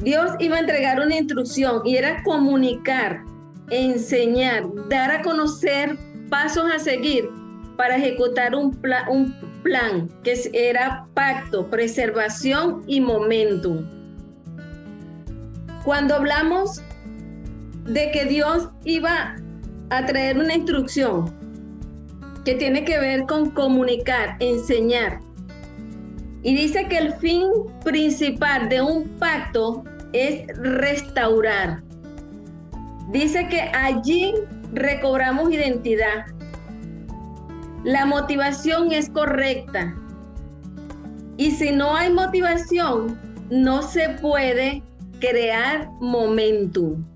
Dios iba a entregar una instrucción y era comunicar, enseñar, dar a conocer pasos a seguir para ejecutar un plan que era pacto, preservación y momentum. Cuando hablamos de que Dios iba a traer una instrucción que tiene que ver con comunicar, enseñar, y dice que el fin principal de un pacto es restaurar. Dice que allí recobramos identidad. La motivación es correcta. Y si no hay motivación, no se puede crear momentum.